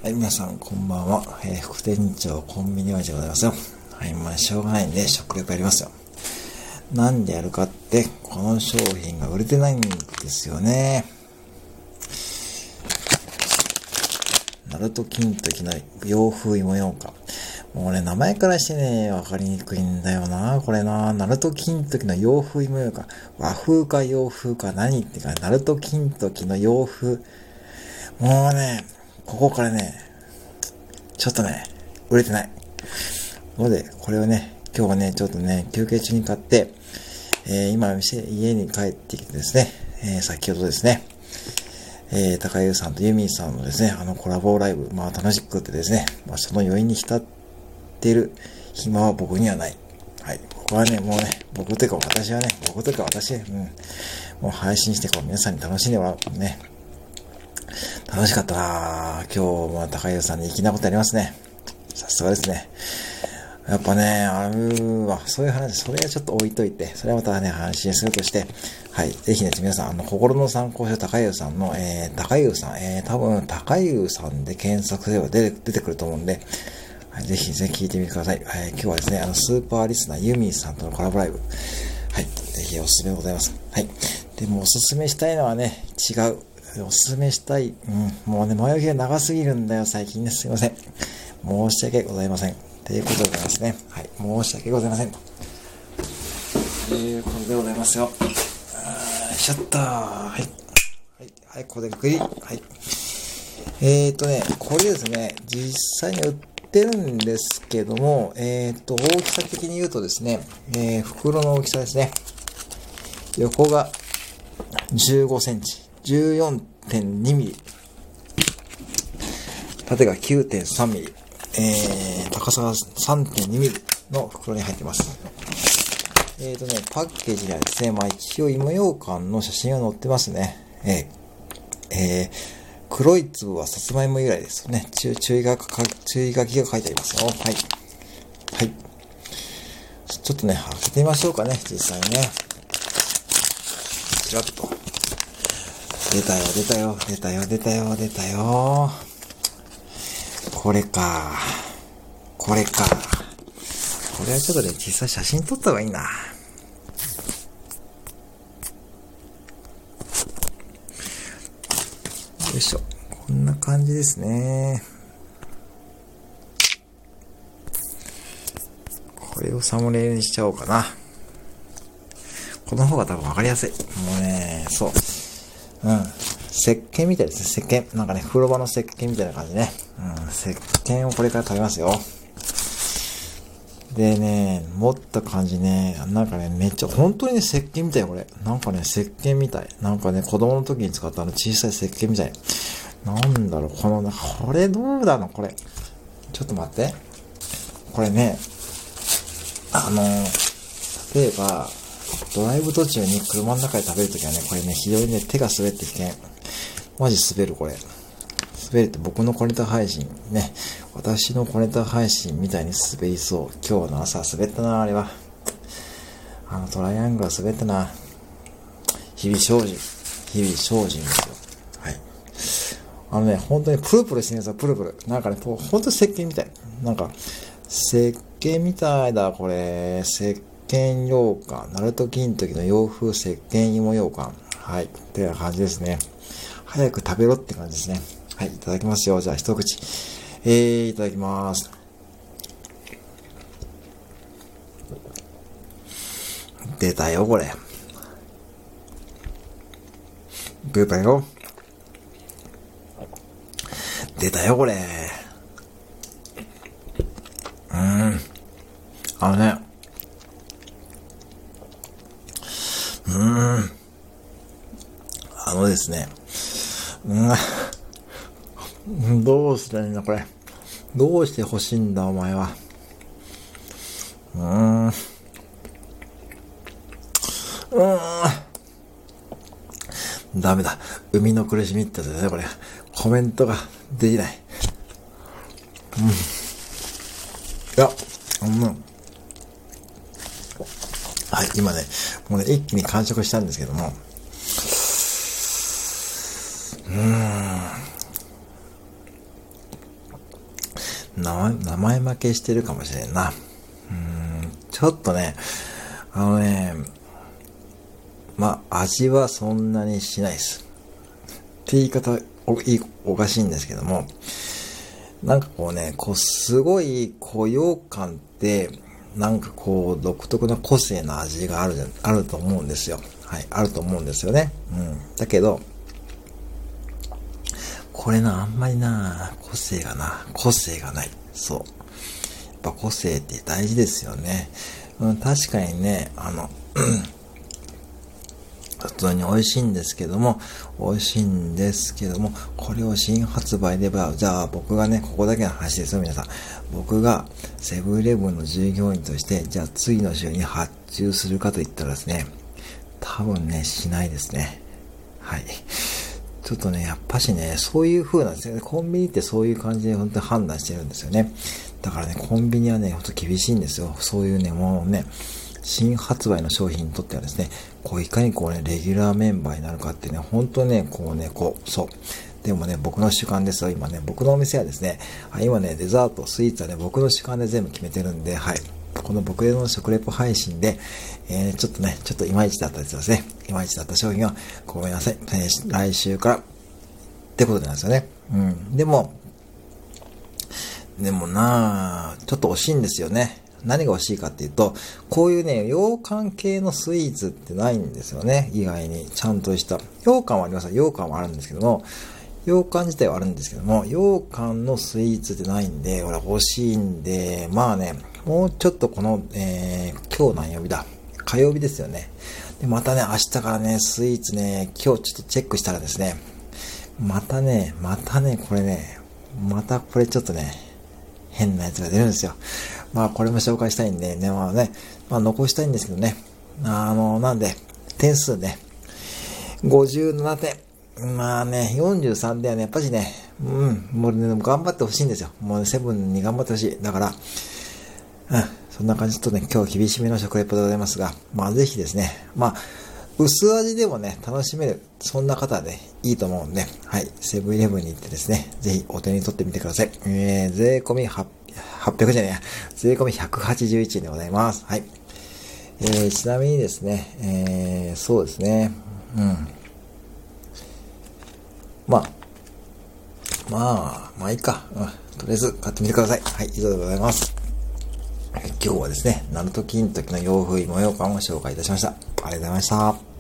はい、皆さんこんばんは。副店長コンビニ親父でございますよ。はい、しょうがないんで食レポやりますよ。なんでやるかって、この商品が売れてないんですよね。ナルト金時の洋風芋ようかん。もうね、名前からしてね、わかりにくいんだよな、これな。ナルト金時の洋風芋ようかん。和風か洋風か何ってか、ナルト金時の洋風。もうね、ここからね、ちょっとね、売れてない。ので、これをね、今日はね、ちょっとね、休憩中に買って、今、家に帰ってきてですね、先ほどですね、高優さんとユミさんのですね、コラボライブ、楽しくってですね、その余韻に浸っている暇は僕にはない。はい。僕はね、もうね、僕というか私、もう配信して皆さんに楽しんでもらう。ね。楽しかったなぁ。今日も高優さんに粋なことやりますね。さすがですね。やっぱね、そういう話、それはちょっと置いといて、それはまたね、配信するとして、はい、ぜひね、皆さん、心の参考書高優さんの、高優さん、多分、高優さんで検索すれば出てくると思うんで、はい、ぜひ聞いてみてください。今日はですね、スーパーリスナーユミさんとのコラボライブ、はい、ぜひおすすめでございます。はい。でもおすすめしたいのはね、違う。おすすめしたい。もうね、前置きが長すぎるんだよ、最近ね。すいません。申し訳ございません。ということでございますね。はい。申し訳ございません。ということでございますよ。シャッター。はい。はい、ここでグリ。はい。これですね、実際に売ってるんですけども、大きさ的に言うとですね、袋の大きさですね。横が15センチ。14.2 ミリ。縦が 9.3 ミリ。高さが 3.2 ミリの袋に入っています。パッケージにはですね、一応芋ようかんの写真が載ってますね。黒い粒はさつまいも由来ですよね。注意書きが書いてありますよ。はい。はい。ちょっとね、開けてみましょうかね、実際にね。ちらっと。出たよ。これか。これはちょっとね、実際写真撮った方がいいな。よいしょ。こんな感じですね。これをサムネイルにしちゃおうかな。この方が多分わかりやすい。もうね、そう。石鹸みたいですね、石鹸。なんかね、風呂場の石鹸みたいな感じね。石鹸をこれから食べますよ。でね、持った感じね、なんかね、めっちゃ、本当にね、石鹸みたいこれ。なんかね、石鹸みたい。なんかね、子供の時に使った小さい石鹸みたい。なんだろう、これどうだのこれ。ちょっと待って。これね、例えば、ドライブ途中に車の中で食べるときはね、これね、非常にね、手が滑って危険。マジ滑る、これ。滑るって僕の小ネタ配信、ね、私の小ネタ配信みたいに滑りそう。今日の朝滑ったな、あれは。トライアングルは滑ったな。日々精進ですよ。はい。本当にプルプルしてるやつはプルプル。なんかね、本当に石鹸みたい。なんか、石鹸みたいだ、これ。石鹸羊羹。ナルト金時の洋風石鹸芋羊羹。はい。ってな感じですね。早く食べろって感じですね。はい。いただきますよ。じゃあ一口。いただきます。出たよ、これ。出たよ、これ。ですね。どうしたらいいんだ、これ。どうして欲しいんだ、お前は。ダメだ。生みの苦しみってやつですね、これ。コメントができない。いや、はい、今ね、もうね、一気に完食したんですけども、 名前負けしてるかもしれんな。ちょっとね、味はそんなにしないです。って言い方おかしいんですけども、なんかこうね、すごい、羊羹って、なんか独特な個性の味があると思うんですよ。はい、あると思うんですよね。だけど、これあんまり個性がない。そう。やっぱ個性って大事ですよね。確かにね、普通に美味しいんですけども、これを新発売で、じゃあ僕がね、ここだけの話ですよ、皆さん。僕がセブンイレブンの従業員として、じゃあ次の週に発注するかといったらですね、多分ね、しないですね。はい。ちょっとね、やっぱしね、そういう風なんですよね。コンビニってそういう感じで本当に判断してるんですよね。だからね、コンビニはね、ほんと厳しいんですよ。そういうね、もうね、新発売の商品にとってはですね、いかにレギュラーメンバーになるかってね、本当ね、そう。でもね、僕の主観ですよ。今ね、僕のお店はですね、今ね、デザート、スイーツはね、僕の主観で全部決めてるんで、はい。この僕の食レポ配信で、ちょっといまいちだったですね。いまいちだった商品は、ごめんなさい。来週から、ってことなんですよね。でもちょっと惜しいんですよね。何が惜しいかっていうと、こういうね、羊羹系のスイーツってないんですよね。意外に。ちゃんとした。羊羹はあります。羊羹はあるんですけども、羊羹自体はあるんですけども、羊羹のスイーツってないんで、欲しいんで、もうちょっと今日何曜日だ？火曜日ですよね。で、またね、明日からね、スイーツね、今日ちょっとチェックしたらですね、またこれちょっとね、変なやつが出るんですよ。これも紹介したいんで、残したいんですけどね。なんで、点数ね、57点。43ではね、やっぱしね、もうね、頑張ってほしいんですよ。もうね、セブンに頑張ってほしい。だから、そんな感じとね、今日厳しめの食レポでございますが、ぜひですね、薄味でもね、楽しめる、そんな方でいいと思うんで、はい、セブンイレブンに行ってですね、ぜひお手に取ってみてください。税込み800じゃねえや、税込み181円でございます。はい。ちなみにですね、そうですね、いいか。とりあえず買ってみてください。はい、以上でございます。今日はですね、ナルト金時の洋風模様感を紹介いたしました。ありがとうございました。